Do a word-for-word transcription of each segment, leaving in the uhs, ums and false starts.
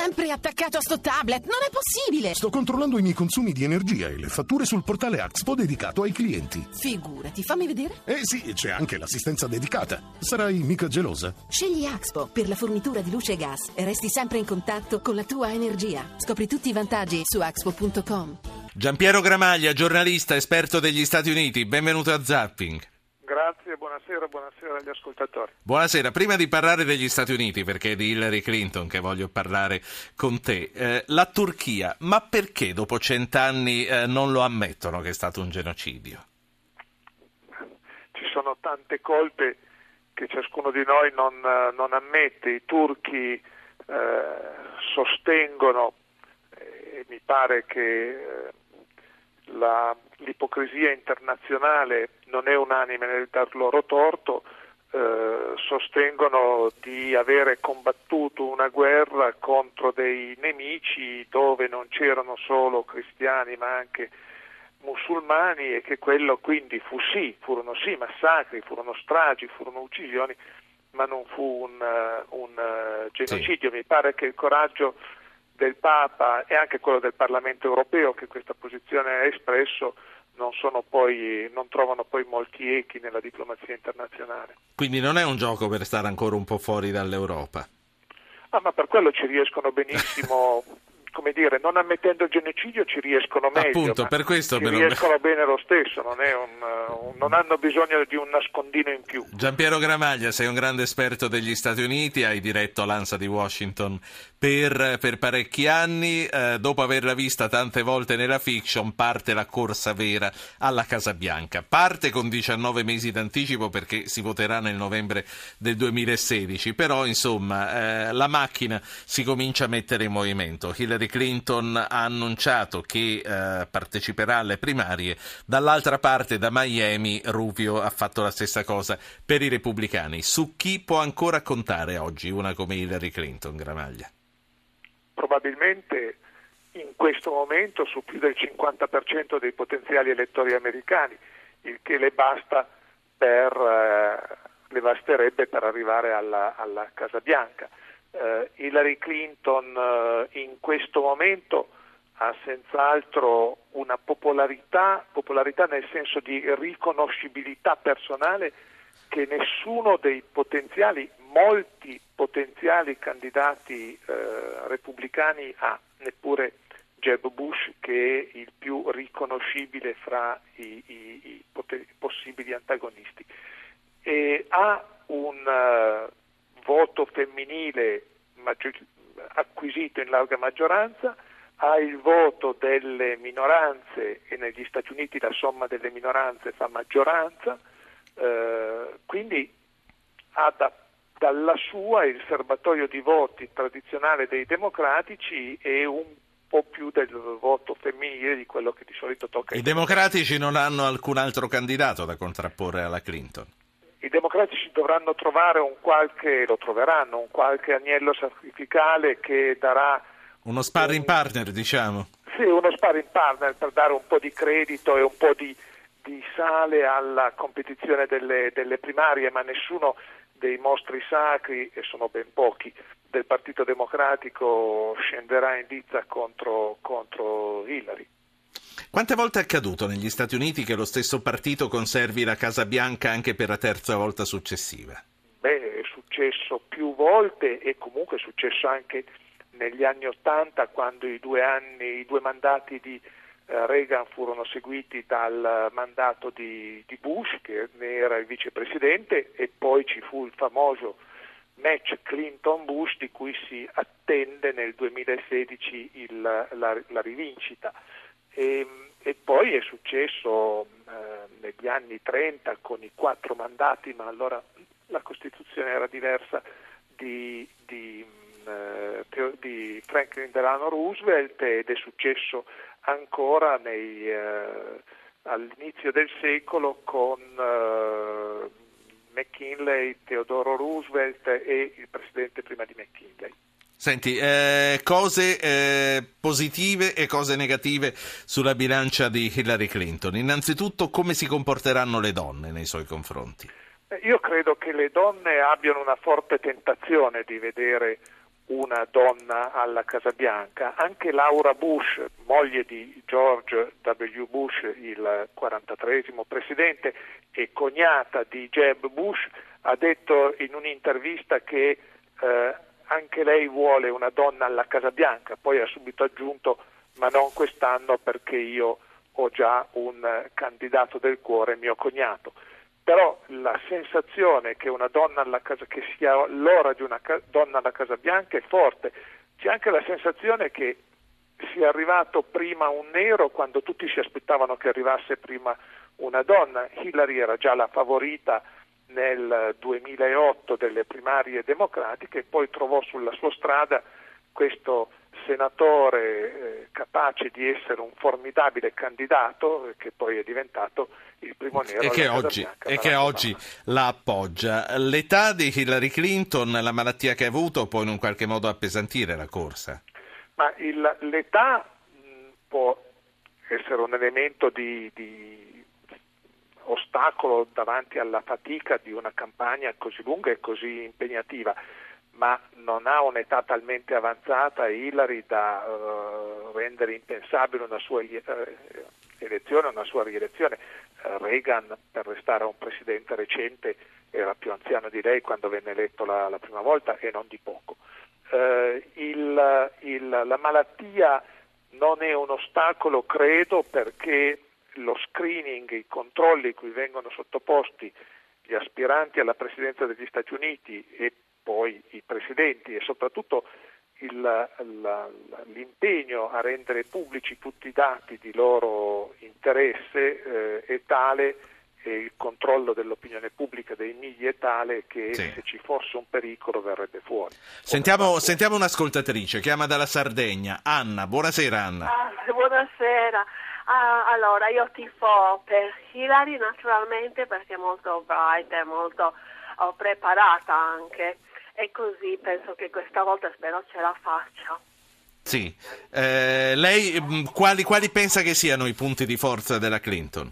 sempre attaccato a sto tablet, non è possibile! Sto controllando i miei consumi di energia e le fatture sul portale Axpo dedicato ai clienti. Figurati, fammi vedere. Eh sì, c'è anche l'assistenza dedicata. Sarai mica gelosa? Scegli Axpo per la fornitura di luce e gas e resti sempre in contatto con la tua energia. Scopri tutti i vantaggi su axpo punto com. Giampiero Gramaglia, giornalista, esperto degli Stati Uniti, benvenuto a Zapping. Grazie, buonasera, buonasera agli ascoltatori. Buonasera, prima di parlare degli Stati Uniti, perché è di Hillary Clinton che voglio parlare con te, eh, la Turchia, ma perché dopo cent'anni eh, non lo ammettono che è stato un genocidio? Ci sono tante colpe che ciascuno di noi non, non ammette. I turchi eh, sostengono, e eh, mi pare che eh, la, l'ipocrisia internazionale non è unanime nel dar loro torto, eh, sostengono di avere combattuto una guerra contro dei nemici dove non c'erano solo cristiani ma anche musulmani, e che quello quindi fu sì, furono sì massacri, furono stragi, furono uccisioni, ma non fu un, uh, un uh, genocidio. Sì. Mi pare che il coraggio del Papa e anche quello del Parlamento europeo, che questa posizione ha espresso, non sono poi, non trovano poi molti echi nella diplomazia internazionale. Quindi non è un gioco per stare ancora un po' fuori dall'Europa? Ah, ma per quello ci riescono benissimo. Come dire, non ammettendo il genocidio ci riescono meglio, appunto, ma per questo ci me lo... riescono bene lo stesso, non, è un, un, non hanno bisogno di un nascondino in più. Giampiero Gramaglia, sei un grande esperto degli Stati Uniti, hai diretto l'ANSA di Washington per, per parecchi anni, eh, dopo averla vista tante volte nella fiction parte la corsa vera alla Casa Bianca, parte con diciannove mesi d'anticipo perché si voterà nel novembre del duemilasedici, però insomma eh, la macchina si comincia a mettere in movimento. Hillary Clinton ha annunciato che eh, parteciperà alle primarie, dall'altra parte da Miami Rubio ha fatto la stessa cosa per i repubblicani. Su chi può ancora contare oggi una come Hillary Clinton, Gramaglia? Probabilmente in questo momento su più del cinquanta per cento dei potenziali elettori americani, il che le basta per eh, le basterebbe per arrivare alla, alla Casa Bianca. Uh, Hillary Clinton uh, in questo momento ha senz'altro una popolarità, popolarità nel senso di riconoscibilità personale che nessuno dei potenziali, molti potenziali candidati uh, repubblicani ha, neppure Jeb Bush, che è il più riconoscibile fra i, i, i pot- possibili antagonisti. E ha un uh, voto femminile maggior, acquisito in larga maggioranza, ha il voto delle minoranze, e negli Stati Uniti la somma delle minoranze fa maggioranza, eh, quindi ha da, dalla sua il serbatoio di voti tradizionale dei democratici e un po' più del voto femminile di quello che di solito tocca. I democratici non hanno alcun altro candidato da contrapporre alla Clinton? I democratici dovranno trovare un qualche, lo troveranno, un qualche agnello sacrificale che darà... Uno sparring un, partner, diciamo. Sì, uno sparring partner per dare un po' di credito e un po' di, di sale alla competizione delle, delle primarie, ma nessuno dei mostri sacri, e sono ben pochi, del Partito Democratico scenderà in lizza contro, contro Hillary. Quante volte è accaduto negli Stati Uniti che lo stesso partito conservi la Casa Bianca anche per la terza volta successiva? Beh, è successo più volte, e comunque è successo anche negli anni Ottanta, quando i due anni, i due mandati di eh, Reagan furono seguiti dal mandato di, di Bush, che ne era il vicepresidente, e poi ci fu il famoso match Clinton-Bush di cui si attende nel duemilasedici il, la, la rivincita. E, e poi è successo eh, negli anni trenta con i quattro mandati, ma allora la Costituzione era diversa, di, di, eh, di Franklin Delano Roosevelt, ed è successo ancora nei, eh, all'inizio del secolo con eh, McKinley, Teodoro Roosevelt e il presidente prima di McKinley. Senti, eh, cose eh, positive e cose negative sulla bilancia di Hillary Clinton. Innanzitutto, come si comporteranno le donne nei suoi confronti? Io credo che le donne abbiano una forte tentazione di vedere una donna alla Casa Bianca. Anche Laura Bush, moglie di George W. Bush, il quarantatreesimo presidente, e cognata di Jeb Bush, ha detto in un'intervista che eh, anche lei vuole una donna alla Casa Bianca. Poi ha subito aggiunto: ma non quest'anno, perché io ho già un candidato del cuore, mio cognato. Però la sensazione che una donna alla casa, che sia l'ora di una ca- donna alla Casa Bianca è forte. C'è anche la sensazione che sia arrivato prima un nero quando tutti si aspettavano che arrivasse prima una donna. Hillary era già la favorita nel duemilaotto delle primarie democratiche e poi trovò sulla sua strada questo senatore eh, capace di essere un formidabile candidato, eh, che poi è diventato il primo nero e che alla Casa oggi, Bianca, e che Barack oggi Obama. la appoggia. L'età di Hillary Clinton, la malattia che ha avuto, può in un qualche modo appesantire la corsa? Ma il, l'età mh, può essere un elemento di, di ostacolo davanti alla fatica di una campagna così lunga e così impegnativa, ma non ha un'età talmente avanzata Hillary da uh, rendere impensabile una sua uh, elezione, una sua rielezione. Uh, Reagan, per restare un presidente recente, era più anziano di lei quando venne eletto la, la prima volta, e non di poco. Uh, il, il, la malattia non è un ostacolo, credo, perché lo screening, i controlli cui vengono sottoposti gli aspiranti alla presidenza degli Stati Uniti e poi i presidenti, e soprattutto il, la, l'impegno a rendere pubblici tutti i dati di loro interesse eh, è tale, e il controllo dell'opinione pubblica, dei media è tale, che sì. se ci fosse un pericolo verrebbe fuori. Sentiamo, sentiamo un'ascoltatrice, chiama dalla Sardegna. Anna, buonasera Anna. Ah, buonasera. Ah, allora, io tifo per Hillary naturalmente, perché è molto bright, è molto oh, preparata anche, e così penso che questa volta spero ce la faccia. Sì, eh, lei mh, quali, quali pensa che siano i punti di forza della Clinton?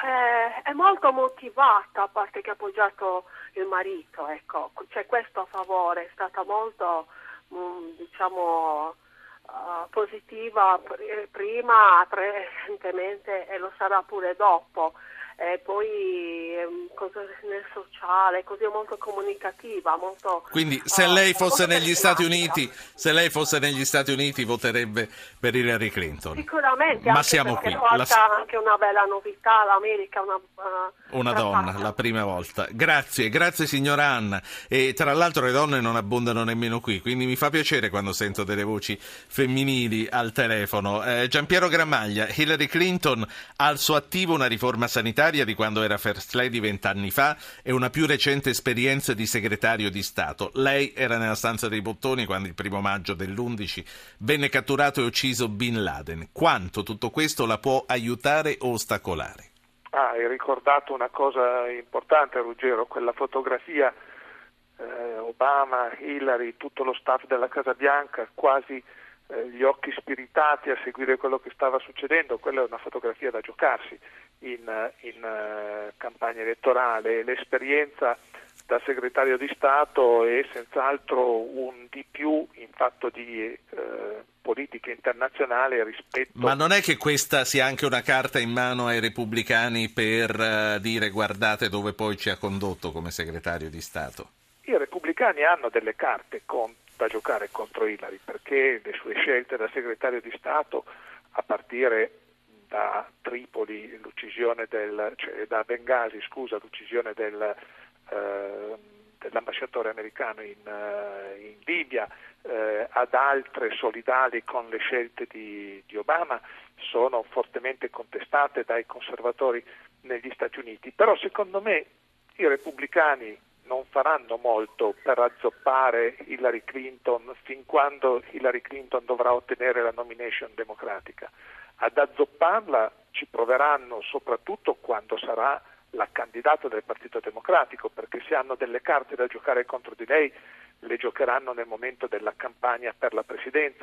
Eh, è molto motivata, a parte che ha appoggiato il marito, ecco, c'è questo a favore, è stata molto, mh, diciamo, uh, positiva pr- prima, presentemente, e lo sarà pure dopo. E poi um, cosa nel sociale, così molto comunicativa, molto. Quindi se uh, lei fosse molto negli Stati carismatica. Uniti, se lei fosse negli Stati Uniti voterebbe per Hillary Clinton. Sicuramente, ma anche siamo perché qui. è stata anche una bella novità, l'America una, uh, una donna, la prima volta. Grazie, grazie signora Anna. E tra l'altro le donne non abbondano nemmeno qui, quindi mi fa piacere quando sento delle voci femminili al telefono. Eh, Giampiero Gramaglia, Hillary Clinton ha al suo attivo una riforma sanitaria di quando era First Lady vent'anni fa e una più recente esperienza di segretario di Stato. Lei era nella stanza dei bottoni quando il primo maggio dell'undici venne catturato e ucciso Bin Laden. Quanto tutto questo la può aiutare o ostacolare? Ah, hai ricordato una cosa importante, Ruggero, quella fotografia eh, Obama, Hillary, tutto lo staff della Casa Bianca, quasi eh, gli occhi spiritati a seguire quello che stava succedendo. Quella è una fotografia da giocarsi in, in uh, campagna elettorale. L'esperienza da segretario di Stato è senz'altro un di più in fatto di eh, politica internazionale rispetto. Ma non è che questa sia anche una carta in mano ai repubblicani per uh, dire guardate dove poi ci ha condotto come segretario di Stato? I repubblicani hanno delle carte con, da giocare contro Hillary, perché le sue scelte da segretario di Stato, a partire da Tripoli, l'uccisione del, cioè da Bengasi, scusa, l'uccisione del Uh, dell'ambasciatore americano in, uh, in Libia, uh, ad altre solidali con le scelte di, di Obama, sono fortemente contestate dai conservatori negli Stati Uniti. Però secondo me i repubblicani non faranno molto per azzoppare Hillary Clinton fin quando Hillary Clinton dovrà ottenere la nomination democratica. Ad azzopparla ci proveranno soprattutto quando sarà la candidata del Partito Democratico, perché se hanno delle carte da giocare contro di lei le giocheranno nel momento della campagna per la presidenza,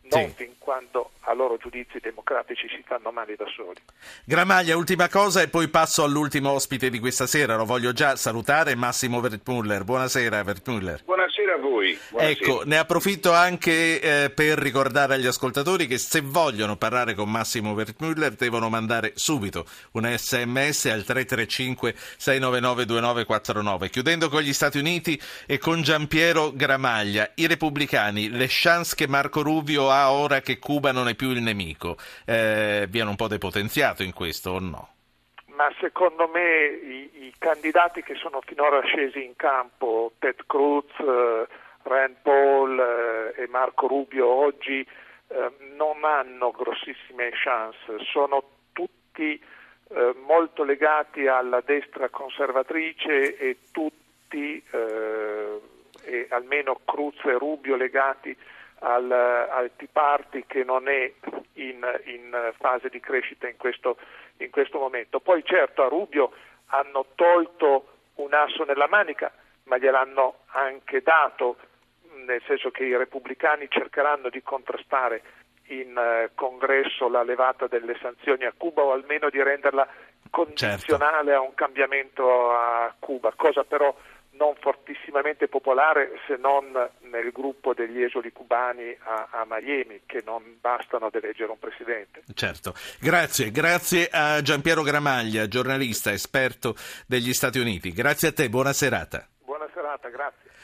non sì. fin quando a loro giudizi i democratici si fanno male da soli. Gramaglia, ultima cosa e poi passo all'ultimo ospite di questa sera. Lo voglio già salutare, Massimo Wertmüller. Buonasera Wertmüller. Buonasera a voi. Buonasera. Ecco, ne approfitto anche eh, per ricordare agli ascoltatori che se vogliono parlare con Massimo Wertmüller devono mandare subito un sms al tre tre cinque sei nove nove due nove quattro nove. Chiudendo con gli Stati Uniti e con Giampiero Gramaglia, i repubblicani, le chance che Marco Rubio ha ora che Cuba non è più il nemico, eh, vi hanno un po' depotenziato in questo o no? Ma secondo me i, i candidati che sono finora scesi in campo, Ted Cruz, eh, Rand Paul eh, e Marco Rubio oggi eh, non hanno grossissime chance, sono tutti eh, molto legati alla destra conservatrice e tutti, eh, e almeno Cruz e Rubio, legati al, al Tea Party, che non è in, in fase di crescita in questo, in questo momento. Poi certo a Rubio hanno tolto un asso nella manica, ma gliel'hanno anche dato, nel senso che i repubblicani cercheranno di contrastare in eh, congresso la levata delle sanzioni a Cuba, o almeno di renderla condizionale certo. a un cambiamento a Cuba, cosa però non fortissimamente popolare, se non nel gruppo degli esuli cubani a, a Miami, che non bastano ad eleggere un presidente. Certo, grazie, grazie a Giampiero Gramaglia, giornalista, esperto degli Stati Uniti. Grazie a te, buona serata. Buona serata, grazie.